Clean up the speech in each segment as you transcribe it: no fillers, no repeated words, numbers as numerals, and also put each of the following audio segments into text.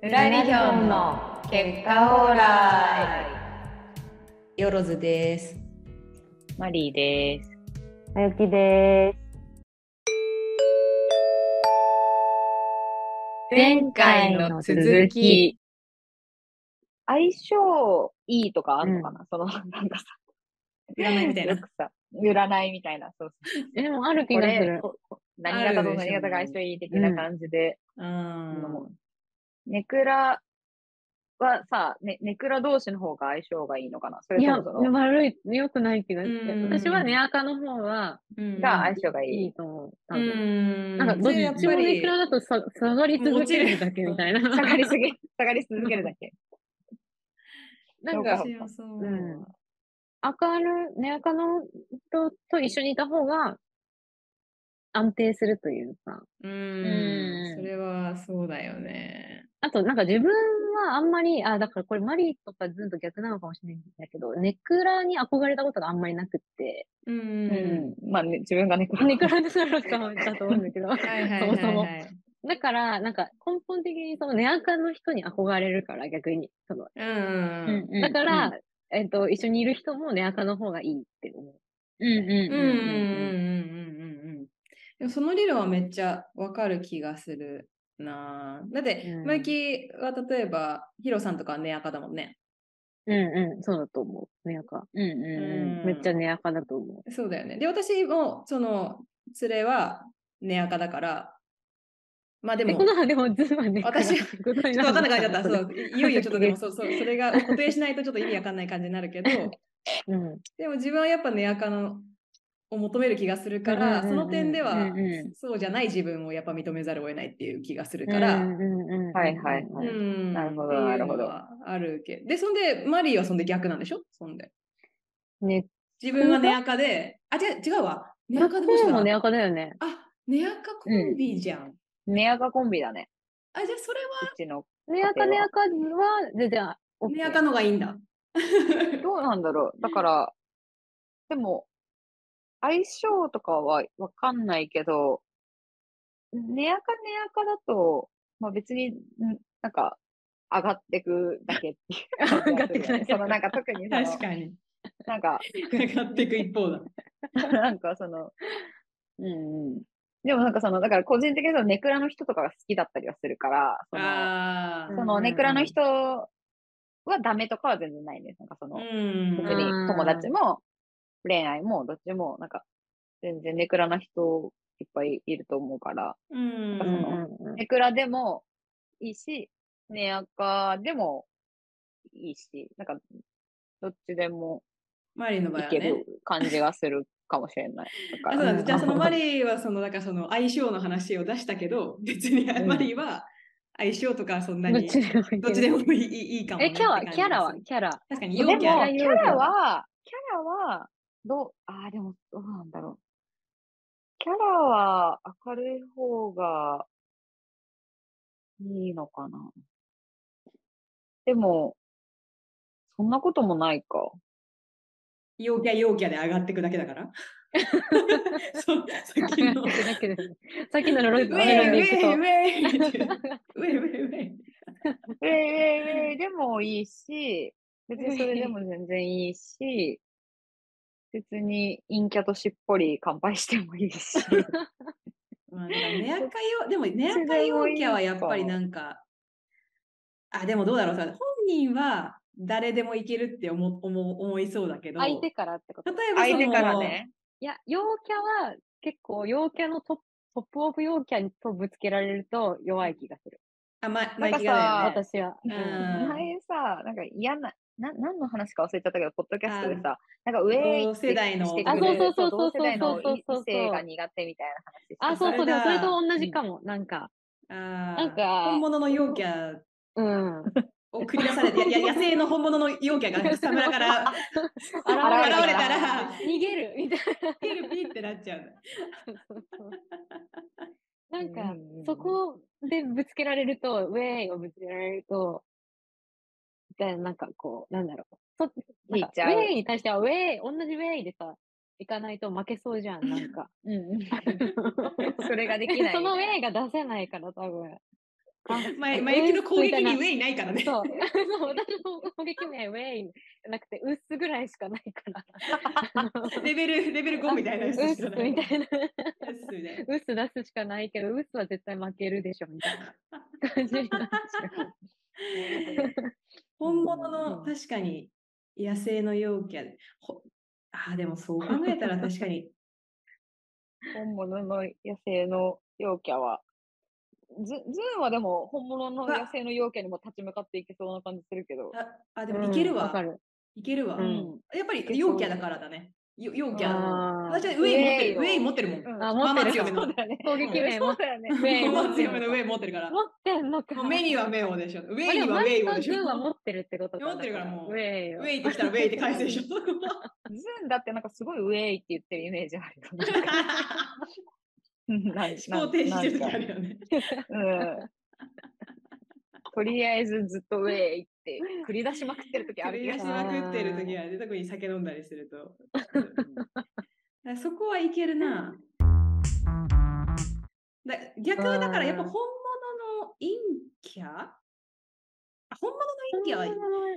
裏リヒョンの結果オーライ。 よろずです。 マリーです。 あゆきです。 前回の続き。相性いいとかあんのかな、そのなんかさ、 占いみたいな。 よくさ、占いみたいな、そうそう。 でもある気がする。 何型と何型が相性いい的な感じで。ネクラはさ、ネクラ同士の方が相性がいいのかな、それともその。 いや、悪い、良くない気がして。私はネアカの方が相性がいいと思う。多分。なんかどっちもネクラだと下がり続けるだけみたいな。 下がり続けるだけ。 なんか、ネアカの人と一緒にいた方が安定するというか。 それはそうだよね。 あと、なんか自分はあんまり、だからこれマリーとかずっと逆なのかもしれないんだけど、ネクラに憧れたことがあんまりなくって。 まあ、ね、自分がネクラだと思うんだけど、そもそも。だから、なんか根本的にそのネアカの人に憧れるから、逆に。だから、一緒にいる人もネアカの方がいいって思う。 でもその理論はめっちゃわかる気がするな。だって、マイキは例えば、ヒロさんとかはネアカだもんね。 そうだと思う。ネアカ。めっちゃネアカだと思う。そうだよね。で、私も、その、連れはネアカだから、まあでも、私、ちょっとわかんなくなっちゃった。そう、いよいよちょっとでも、それが固定しないとちょっと意味わかんない感じになるけど、でも自分はやっぱネアカのを求める気がするから、その点では、そうじゃない自分をやっぱ認めざるを得ないっていう気がするから、 はいはいはい。なるほど、なるほど。 あるけど。で、そんで、マリーはそんで逆なんでしょそんで。 ね。 自分はネアカで、違うわ。ネアカでもしもネアカだよね。 ネアカコンビじゃん。 ネアカコンビだね。 じゃあそれは、 うちのネアカは全然、 ネアカのがいいんだ。 どうなんだろう。だから、でも、相性とかはわかんないけど、ネアカだと、まあ別に、なんか、上がってくだけっていう感じがするよね。そのなんか特にその、 確かに。 なんか、 上がっていく一方だ。 なんかその、でもなんかその、だから個人的にそのネクラの人とかが好きだったりはするから、そのネクラの人はダメとかは全然ないです。なんかその、別に友達も恋愛もどっちも、なんか全然ネクラな人いっぱいいると思うから、なんかその、ネクラでもいいし、ネアカでもいいし、なんか、どっちでもいける感じがするかもしれない。 じゃあそのマリーはその、なんかその相性の話を出したけど、別にマリーは相性とかそんなに、どっちでもいいかもね。 キャラ確かに陽キャラ。キャラは、でもどうなんだろう。キャラは明るい方がいいのかな。でも、そんなこともないか。 陽キャで上がっていくだけだからさっきのロイドでもいいし、別にそれでも全然いいし、別に陰キャとしっぽり乾杯してもいいし。 でもネアカ陽キャはやっぱりなんか、でもどうだろうさ、本人は誰でもいけるって思いそうだけど、 相手からってこと。 例えば相手からね。 いや、陽キャは結構陽キャのトップオブ陽キャとぶつけられると弱い気がする。 なんかさ、 私は。 前さ、なんか嫌な、何の話か忘れちゃったけど、ポッドキャストでさ、なんか上世代の、 同世代の異性が苦手みたいな話してそう、でもそれと同じかも。なんか、 本物の陽キャを繰り出されて、野生の本物の陽キャが草むらから現れたら、 逃げるみたいな。 逃げるピーってなっちゃう。 なんか、そこでぶつけられると、ウェイをぶつけられると、みたいな、なんかこう、なんだろう。ウェイに対しては、同じウェイでさ、行かないと負けそうじゃん、なんか。 それができない。 そのウェイが出せないから、多分。 前行きの攻撃にウェイないからね。 そう。私の攻撃名ウェイなくて、ウッスぐらいしかないから。 レベル5みたいなやつしかない。 ウッス出すしかないけど、ウッスは絶対負けるでしょ、みたいな感じになっちゃう。 本物の確かに野生の陽キャ。でもそう考えたら確かに。 本物の野生の陽キャは、ズーンはでも本物の野生の陽キャにも立ち向かっていけそうな感じするけど。 でもいけるわ。いけるわ。やっぱり陽キャだからだね。陽キャ。私はウェイ持ってるもん。 持ってる。 強めの攻撃名持ってる。 ウェイ強めのウェイ持ってるから。 持ってんのか。 目には目をでしょ。ウェイにはウェイをでしょ。 ズーンは持ってるってことか。 持ってるからもう。 ウェイってきたらウェイって返すでしょ。ズーンだってなんかすごいウェイって言ってるイメージあるよ。 思考停止してる時あるよね。 とりあえずずっとウェイって繰り出しまくってる時ある気がする。繰り出しまくってる時は、特に酒飲んだりすると。そこはいけるな。逆はだからやっぱ本物の陰キャ本物の陰キャはい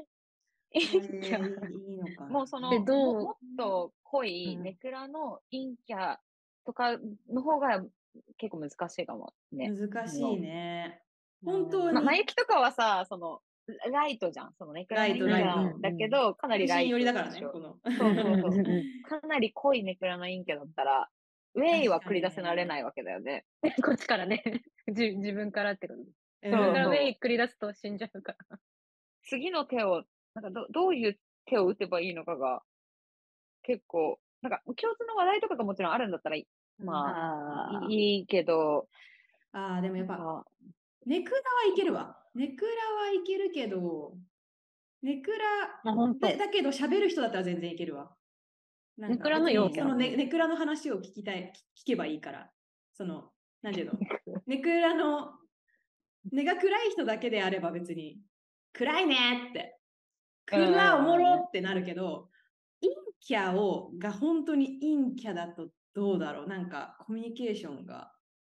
いのかな。 もうそのもっと濃いネクラの陰キャとかの方が結構難しいかもね。 難しいね。本当に。 マユキとかはさ、そのライトじゃん。そのネクラの陰キャだけど、かなりライトだからね。そうかなり濃いネクラの陰キャだったら、ウェイは繰り出せられないわけだよね。 こっちからね。自分からってことです。自分からウェイ繰り出すと死んじゃうから。 次の手を、なんかどういう手を打てばいいのかが、結構、なんか共通の話題とかがもちろんあるんだったら、まあ、いいけど。 でもやっぱ、ネクラはいけるわ。ネクラはいけるけど、ネクラだけど喋る人だったら全然いけるわ。 ネクラの陽キャ。 そのネクラの話を聞けばいいから。なんていうのネクラの、根が暗い人だけであれば別に、暗いねって、暗おもろってなるけど、陰キャが本当に陰キャだとどうだろう。なんかコミュニケーションが、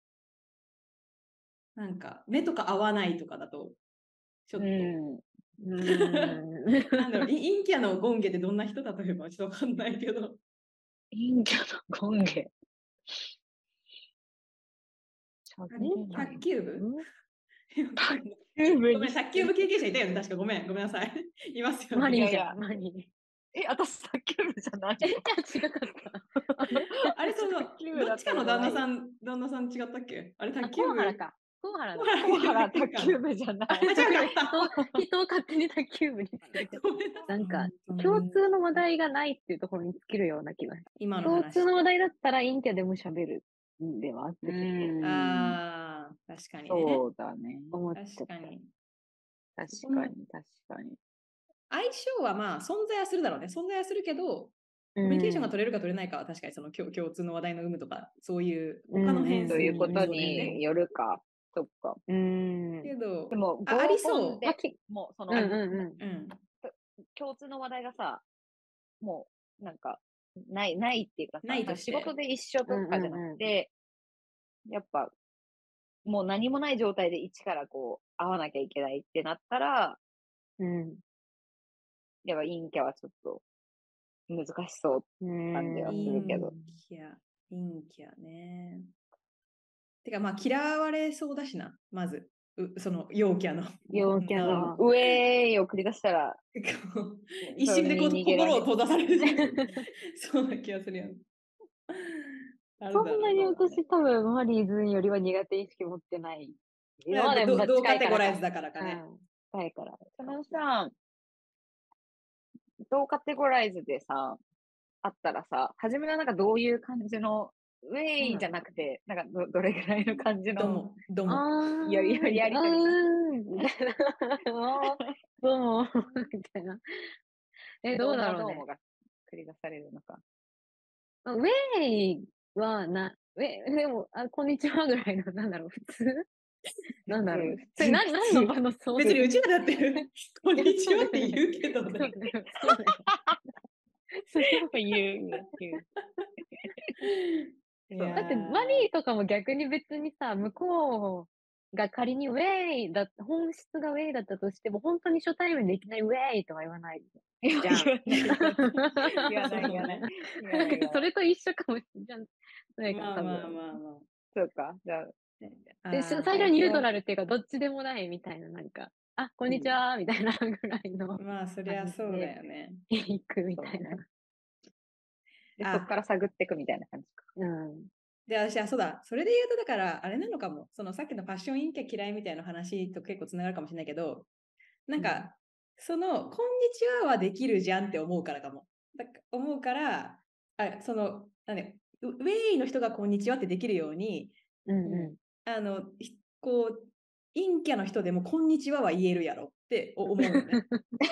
なんか目とか合わないとかだと、ちょっと。なんだろう、陰キャのゴンゲってどんな人だと言えばちょっとわかんないけど。 陰キャのゴンゲ。 卓球部ごめん、卓球部経験者いたよね、確か。ごめんなさい。いますよね。 マリーじゃん、マリー。 私卓球部じゃない。 違かった。 あれ、どっちかの旦那さん違ったっけ？あれ、卓球部。 小原か。小原卓球部じゃない。 人を勝手に卓球部にする。なんか、共通の話題がないっていうところに尽きるような気がする。共通の話題だったら陰キャでも喋るんではって。 確かにね。 そうだね。 確かに。相性はまあ存在はするだろうね。存在はするけど、コミュニケーションが取れるか取れないかは確かにその共通の話題の有無とか、そういう他の変数ということによるか。そっか。 けど、 でも、 ありそう。 もうその、共通の話題がさ、もうなんか、ないっていうかさ、仕事で一緒とかじゃなくて、やっぱ、もう何もない状態で一からこう、会わなきゃいけないってなったら、やっぱ陰キャはちょっと難しそうって感じはするけど。 陰キャね。てかまあ嫌われそうだしな、まず。その陽キャの。 陽キャの。 ウェイを繰り出したら。 一瞬で心を閉ざされる。そうな気がするやん。 そんなに私多分マリーズよりは苦手意識持ってない。 どうカテゴライズだからかね。 近いから。 そのさ、どうカテゴライズでさ、あったらさ、初めはなんかどういう感じの、ウェイじゃなくて、なんかどれぐらいの感じの、 どうも。 やりとり。 どうも、みたいな。どうだろうね。 どうもが繰り出されるのか。 ウェイはでも、こんにちはぐらいの、なんだろう、普通なんだろう。それ何の場のそう別にうちらだって、こんにちはって言うけどね。 それも言う。 だってマリーとかも逆に別にさ、向こが仮にウェイだ、本質がウェイだったとしても、本当に初対面でいきなりウェイとは言わないじゃん。 言わない。 それと一緒かもしれない。 まあ。 そうか。じゃあ。 で、最初にニュートラルっていうか、どっちでもないみたいな、なんか、あ、こんにちは、みたいなぐらいの。 まあ、そりゃそうだよね。 行くみたいな。 で、そこから探っていくみたいな感じか。 で、私はそうだ、それで言うと、だから、あれなのかも、そのさっきのファッション陰キャ嫌いみたいな話と結構つながるかもしれないけど、なんか、その、こんにちははできるじゃんって思うからかも。思うから、その、ウェイの人がこんにちはってできるように、こう、陰キャの人でもこんにちはは言えるやろって思うのね。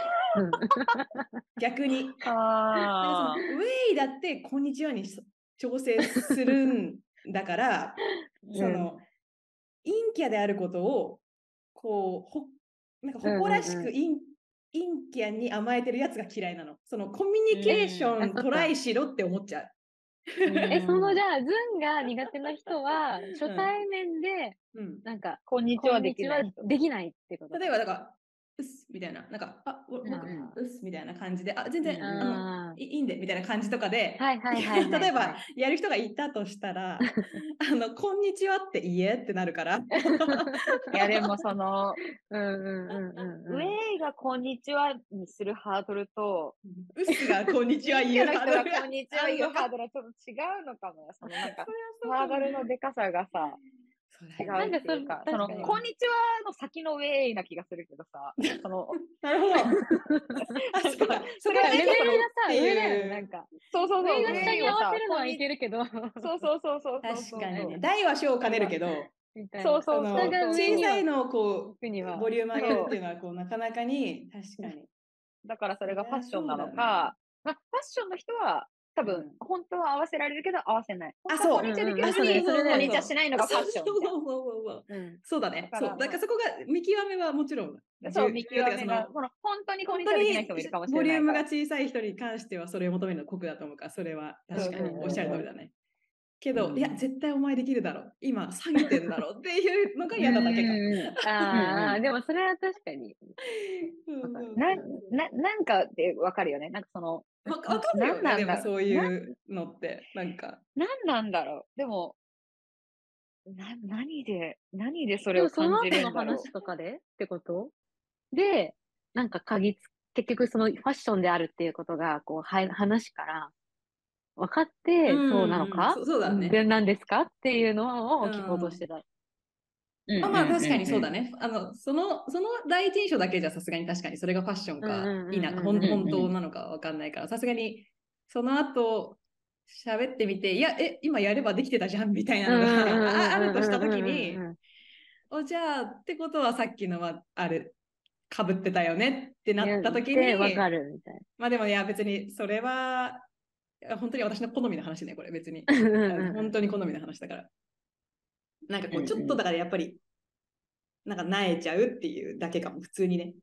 逆に。なんかそのウェイだってこんにちはに調整するんだから、その陰キャであることをこうなんか誇らしく陰キャに甘えてるやつが嫌いなの。そのコミュニケーショントライしろって思っちゃう。 そのじゃあズンが苦手な人は初対面でなんかこんにちはできないってこと。 例えばだからうっすみたいな、なんか、うっすみたいな感じで、全然、いいんでみたいな感じとかで、例えば、やる人がいたとしたら、こんにちはって言えってなるから。 いや、でもその、ウェイがこんにちはにするハードルと、 うっすがこんにちは言うハードルがこんにちは言うハードルはちょっと違うのかもよ。そのなんか、ハードルのでかさがさ、違うっていうか、その、こんにちはの先のウェイな気がするけどさ、その、 なるほど。 それはレベルがさ、上だよね、なんか。 そう。 上が下に合わせるのはいけるけど。 そう。 確かにね。大は小を兼ねるけど、 そう。 小さいのをこう、ボリューム上げるっていうのは、こう、なかなかに、確かに。 だからそれがファッションなのか、ファッションの人は、多分、本当は合わせられるけど合わせない。 そう。 こんにちはできるのに、こんにちはしないのがファッション。 そうだね。そう。だからそこが見極めはもちろん。 そう、見極めが、本当にこんにちはできない人もいるかもしれない。 ボリュームが小さい人に関してはそれを求めるの酷だと思うから、それは確かにおっしゃる通りだね。けど、いや、絶対お前できるだろう。今、下げてんだろうっていうのが嫌なだけか。 でもそれは確かに。 なんかでわかるよね。なんかその、 わかるよね、でもそういうのって、なんか。 何なんだろう。でも、何でそれを感じるんだろう。 その後の話とかでってことで、なんか結局そのファッションであるっていうことが、こう、話から分かって、そうなのか、 そうだね。 で、何ですかっていうのを聞こうとしてた。 まあ確かにそうだね。その第一印象だけじゃさすがに確かにそれがファッションか否か、本当なのかわかんないから、さすがにその後喋ってみて、いや、今やればできてたじゃんみたいなのがあるとしたときに、じゃあってことはさっきのはあれ、かぶってたよねってなったときに、 わかるみたいな。 まあでもいや別にそれは本当に私の好みの話ね、これ別に。本当に好みの話だから。なんかこうちょっとだからやっぱりなんか萎えちゃうっていうだけかも普通にね。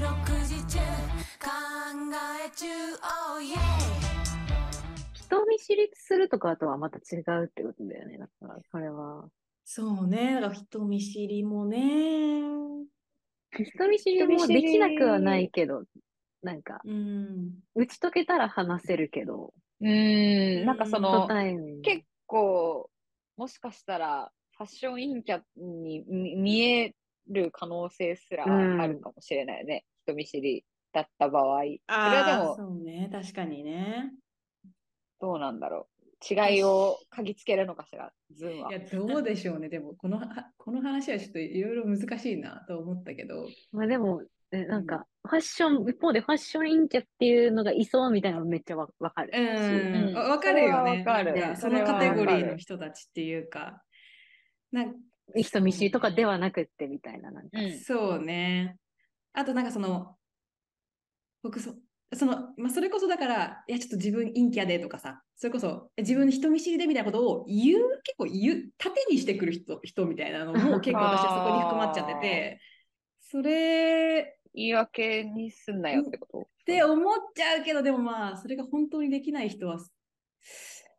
人見知りするとかとはまた違うってことだよね。だからそれは。 そうね。だから人見知りもね。 人見知りもできなくはないけど、なんか、打ち解けたら話せるけど。 なんかその、結構、もしかしたら、ファッション陰キャに見える可能性すらあるかもしれないよね。人見知りだった場合。それはでも、 そうね。確かにね。 どうなんだろう。違いを嗅ぎつけるのかしら、ズンは。 いや、どうでしょうね。でも、この話はちょっといろいろ難しいなと思ったけど。 まあでも、なんか、ファッション、一方でファッション陰キャっていうのがいそうみたいなのめっちゃわかるし。 わかるよね。 なんかそのカテゴリーの人たちっていうか。 人見知りとかではなくってみたいな。なんかそうね。あとなんかその、僕まあ、それこそだから、いや、ちょっと自分陰キャでとかさ、それこそ自分人見知りでみたいなことを結構盾にしてくる人みたいなのも結構私はそこに含まっちゃってて、それ、 言い訳にすんなよってことって思っちゃうけど、でもまあ、それが本当にできない人は、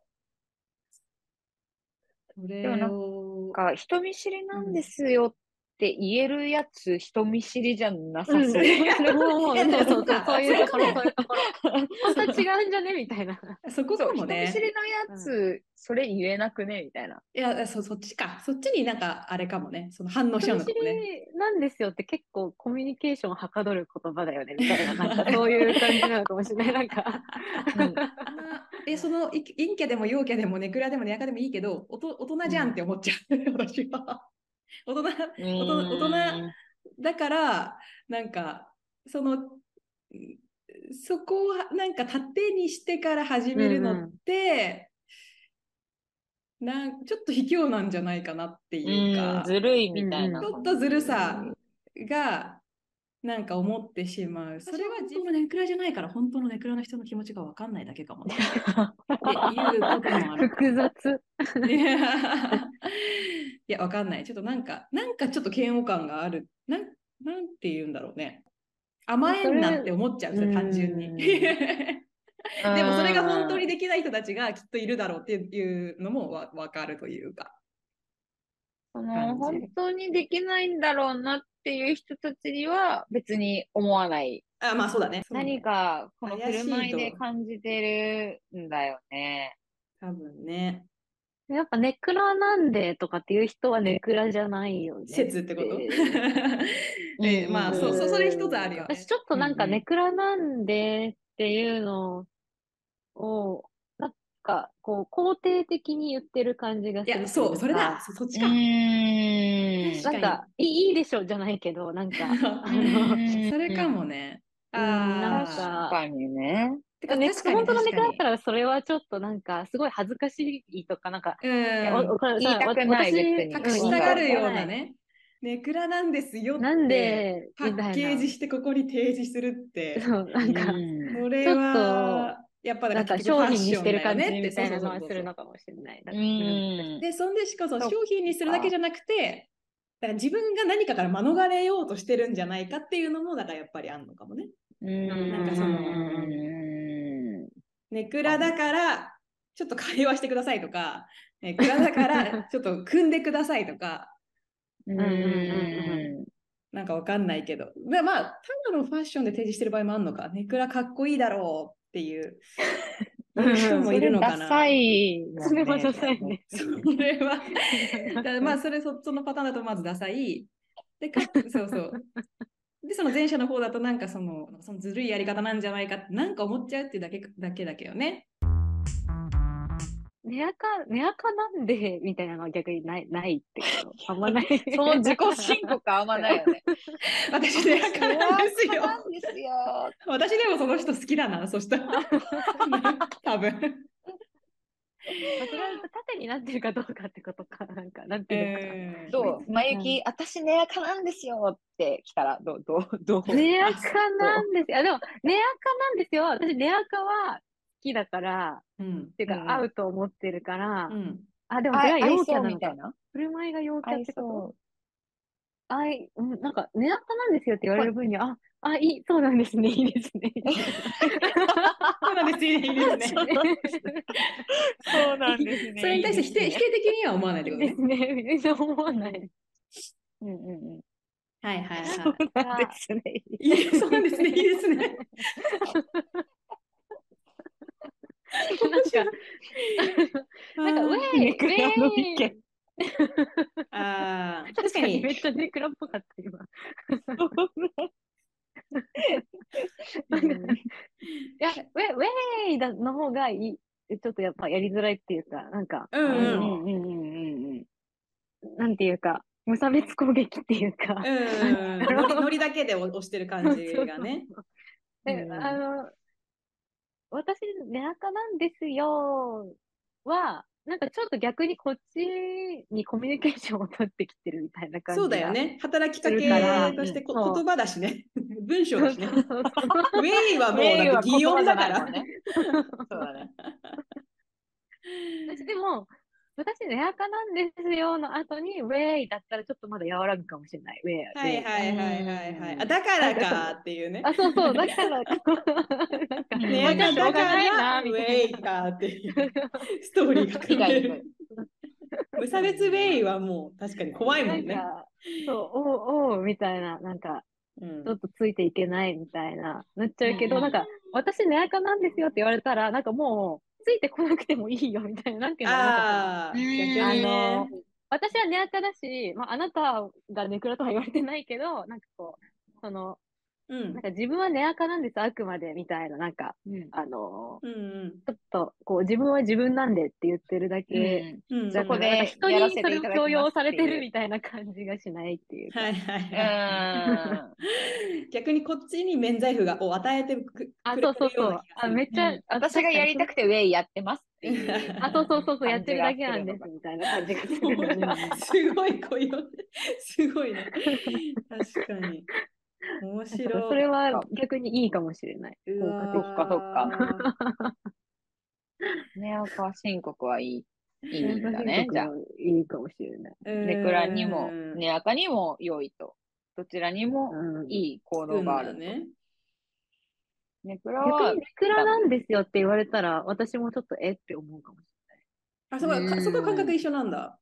でもなんか、人見知りなんですよっって言えるやつ、人見知りじゃなさそう。そういうところ、そういうところ。本当は違うんじゃねみたいな。 そこかもね。 人見知りのやつ、それ言えなくねみたいな。 いや、そっちか。そっちになんかあれかもね。その反応しちゃうのかもね。 人見知りなんですよって結構コミュニケーションをはかどる言葉だよねみたいな、なんかそういう感じなのかもしれない。なんか。 その陰キャでも陽キャでもネクラでもネアカでもいいけど、大人じゃんって思っちゃう、私は。大人だから、なんか、そこをなんか盾にしてから始めるのって、ちょっと卑怯なんじゃないかなっていうか、 ずるいみたいな。 ちょっとずるさが、なんか思ってしまう。それは自分のネクラじゃないから、本当のネクラの人の気持ちが分かんないだけかもね。っていうこともある。 複雑。 いや、分かんない。ちょっとなんかちょっと嫌悪感がある。なんて言うんだろうね。甘えんなって思っちゃう、単純に。でもそれが本当にできない人たちがきっといるだろうっていうのも分かるというか。 本当にできないんだろうなっていう人たちには別に思わない。 まあそうだね。 何かこの振る舞いで感じてるんだよね。 多分ね。 やっぱネクラなんでとかっていう人はネクラじゃないよね。 説ってことまあそれ一つあるよね。 私ちょっとなんかネクラなんでっていうのを、なんかこう肯定的に言ってる感じがする。いや、 そう、それだ。そっちか。 なんかいいでしょじゃないけど、なんかそれかもね。 なんか確かにね。 本当のネクラだったらそれはちょっとなんかすごい恥ずかしいとかなんか言いたくない別に隠したがるようなね。ネクラなんですよってパッケージしてここに提示するって。 そうなんかそれはやっぱなんか商品にしてる感じみたいなのはするのかもしれない。 でそんでしかも商品にするだけじゃなくて、だから自分が何かから免れようとしてるんじゃないかっていうのもだからやっぱりあるのかもね。なんかそのネクラだからちょっと会話してくださいとか、ネクラだからちょっと組んでくださいとか、なんかわかんないけど、まあただのファッションで提示してる場合もあるのか。ネクラかっこいいだろうっていう人もいるのかな。 それダサい、 それはダサいね。 それはまあそのパターンだとまずダサい。でそうそう。でその前者の方だとなんかそのずるいやり方なんじゃないかってなんか思っちゃうっていうだけだけどね。 ネアカなんでみたいなのは逆にないってこと。あんまない。 その自己申告あんまないよね。 私ネアカなんですよ。私でもその人好きだな、そしたら。多分。 それは縦になってるかどうかってことか、なんか、なんていうのか。 どうまゆき、私ネアカなんですよって来たら、どうネアカなんですよ。でも、ネアカなんですよ。私、ネアカは好きだから、っていうか、合うと思ってるから、でもそれは陽キャなのか。振る舞いが陽キャってことなんか、ネアカなんですよって言われる分には、そうなんですね、いいですね。 そうなんですね、いいですね。 そうなんですね。 それに対して否定的には思わないってことね。 ですね、全然思わない。 はいはいはい。 そうなんですね。 そうなんですね、いいですね。 なんか、ウェイ確かに。 めっちゃネクラっぽかった、今。いや、ウェイの方がちょっとやっぱやりづらいっていうか、なんか、なんていうか、無差別攻撃っていうか、 ノリだけで押してる感じがね。 私、ネアカなんですよは、なんかちょっと逆にこっちにコミュニケーションを取ってきてるみたいな感じ。 そうだよね。働きかけとして言葉だしね。文章だしね。ウェイはもうだって擬音だからね。 そうだね。 でも、私、ネアカなんですよの後に、ウェイだったらちょっとまだ和らぐかもしれない。ウェイ。 はいはいはいはいはい。だからかっていうね。 そう、だからか。 ネアカだからウェイかっていうストーリーが組める。 無差別ウェイはもう確かに怖いもんね。 なんかそう、おうみたいな、なんか、ちょっとついていけないみたいな、なっちゃうけど、なんか、私、ネアカなんですよって言われたら、なんかもう、ついてこなくてもいいよみたいな、なんていうの、なんか逆にね。 私はネアカだし、まあ、あなたがネクラとは言われてないけど、なんかこう、なんか自分はネアカなんです、あくまで、みたいな、なんか、ちょっと、こう、自分は自分なんでって言ってるだけ、 そこで人にそれを強要されてるみたいな感じがしないっていうか。 逆にこっちに免罪符を与えてくれるような気がする。 めっちゃ、 私がやりたくてウェイやってますっていう。 そう、やってるだけなんです、みたいな感じがする。 すごいすごいね。確かに。面白い。 それは逆にいいかもしれない。 そっか。ネアカ申告はいいんだね。じゃあ。 いいかもしれない。 ネクラにも、ネアカにも良いと。どちらにもいい行動があると。 ネクラは。逆にネクラなんですよって言われたら、私もちょっとって思うかもしれない。そこ感覚一緒なんだ。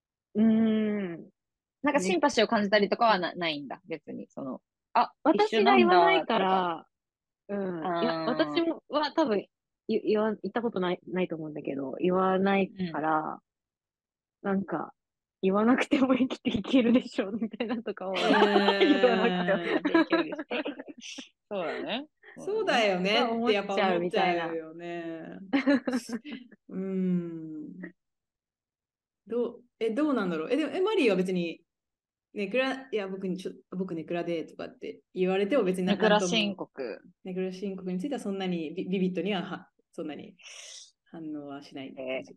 なんかシンパシーを感じたりとかはないんだ、別に。 私が言わないから、いや、私は多分言ったことないと思うんだけど、言わないから、なんか、言わなくても生きていけるでしょ、みたいなとかは。 言わなくても生きていけるでしょ。そうだね。 そうだよねってやっぱ思っちゃうよね。どうなんだろう。でもマリーは別に、ネクラ、いや、僕ネクラでとかって言われても別にネクラ申告。 ネクラ申告についてはそんなにビビットにはそんなに反応はしない。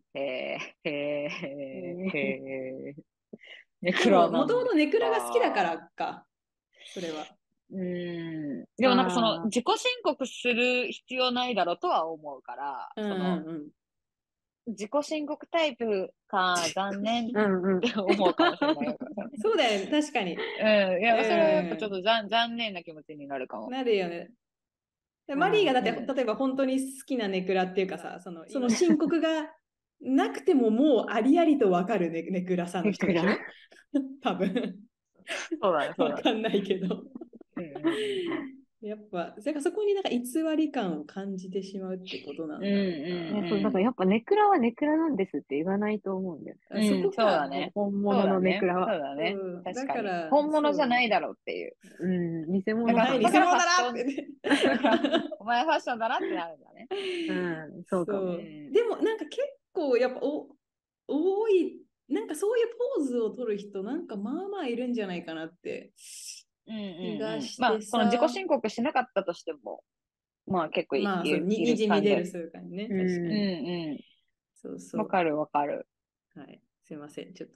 ネクラもともとネクラが好きだからか、それは。 でもなんかその自己申告する必要ないだろうとは思うから、自己申告タイプか残念って思うかもしれない。 そうだよね、確かに。 いや、それはやっぱちょっと残念な気持ちになるかも。 なるよね。マリーがだって、例えば本当に好きなネクラっていうかさ、その申告がなくてももうありありとわかるネクラさんの人でしょ多分。 そうだね。 わかんないけど。やっぱ、そこになんか偽り感を感じてしまうってことなんだろうな。 だからやっぱネクラはネクラなんですって言わないと思うんだよ。 そうだね。 本物のネクラは。 そうだね。確かに。本物じゃないだろうっていう。 偽物だなって。 お前ファッションだなってなるんだね。 そうかも。 でもなんか結構やっぱ多い、なんかそういうポーズを取る人なんかまあまあいるんじゃないかなって気がしてさ。 まあその自己申告しなかったとしても、まあ結構いる感じ。 にじみ出るそうかにね。確かに。 わかる。 はい。すいません。ちょっと。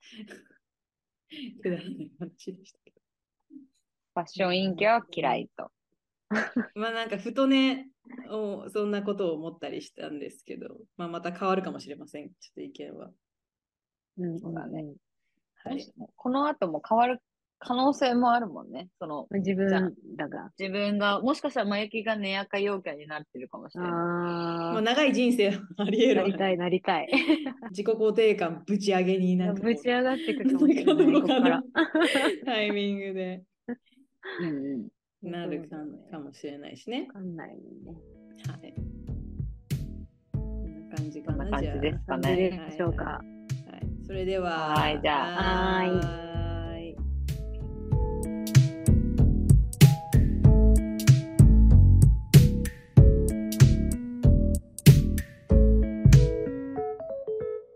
くだらない話でしたけど。 ファッション陰キャは嫌いと。 まあなんかふとね、そんなことを思ったりしたんですけど、まあまた変わるかもしれません。ちょっと意見は。 そうだね。この後も変わる可能性もあるもんね。 自分が、もしかしたらマユキがネアカ陽キャになってるかもしれない。 まあ長い人生あり得る。 なりたい。 自己肯定感ぶち上げになんかぶち上がってくるかもしれない。ここからタイミングでなるかもしれないしね。 わかんないもんね。 はい。こんな感じかな。 こんな感じですかね。 でしょうか。 はい。それでは。 はい、じゃあ。 はい。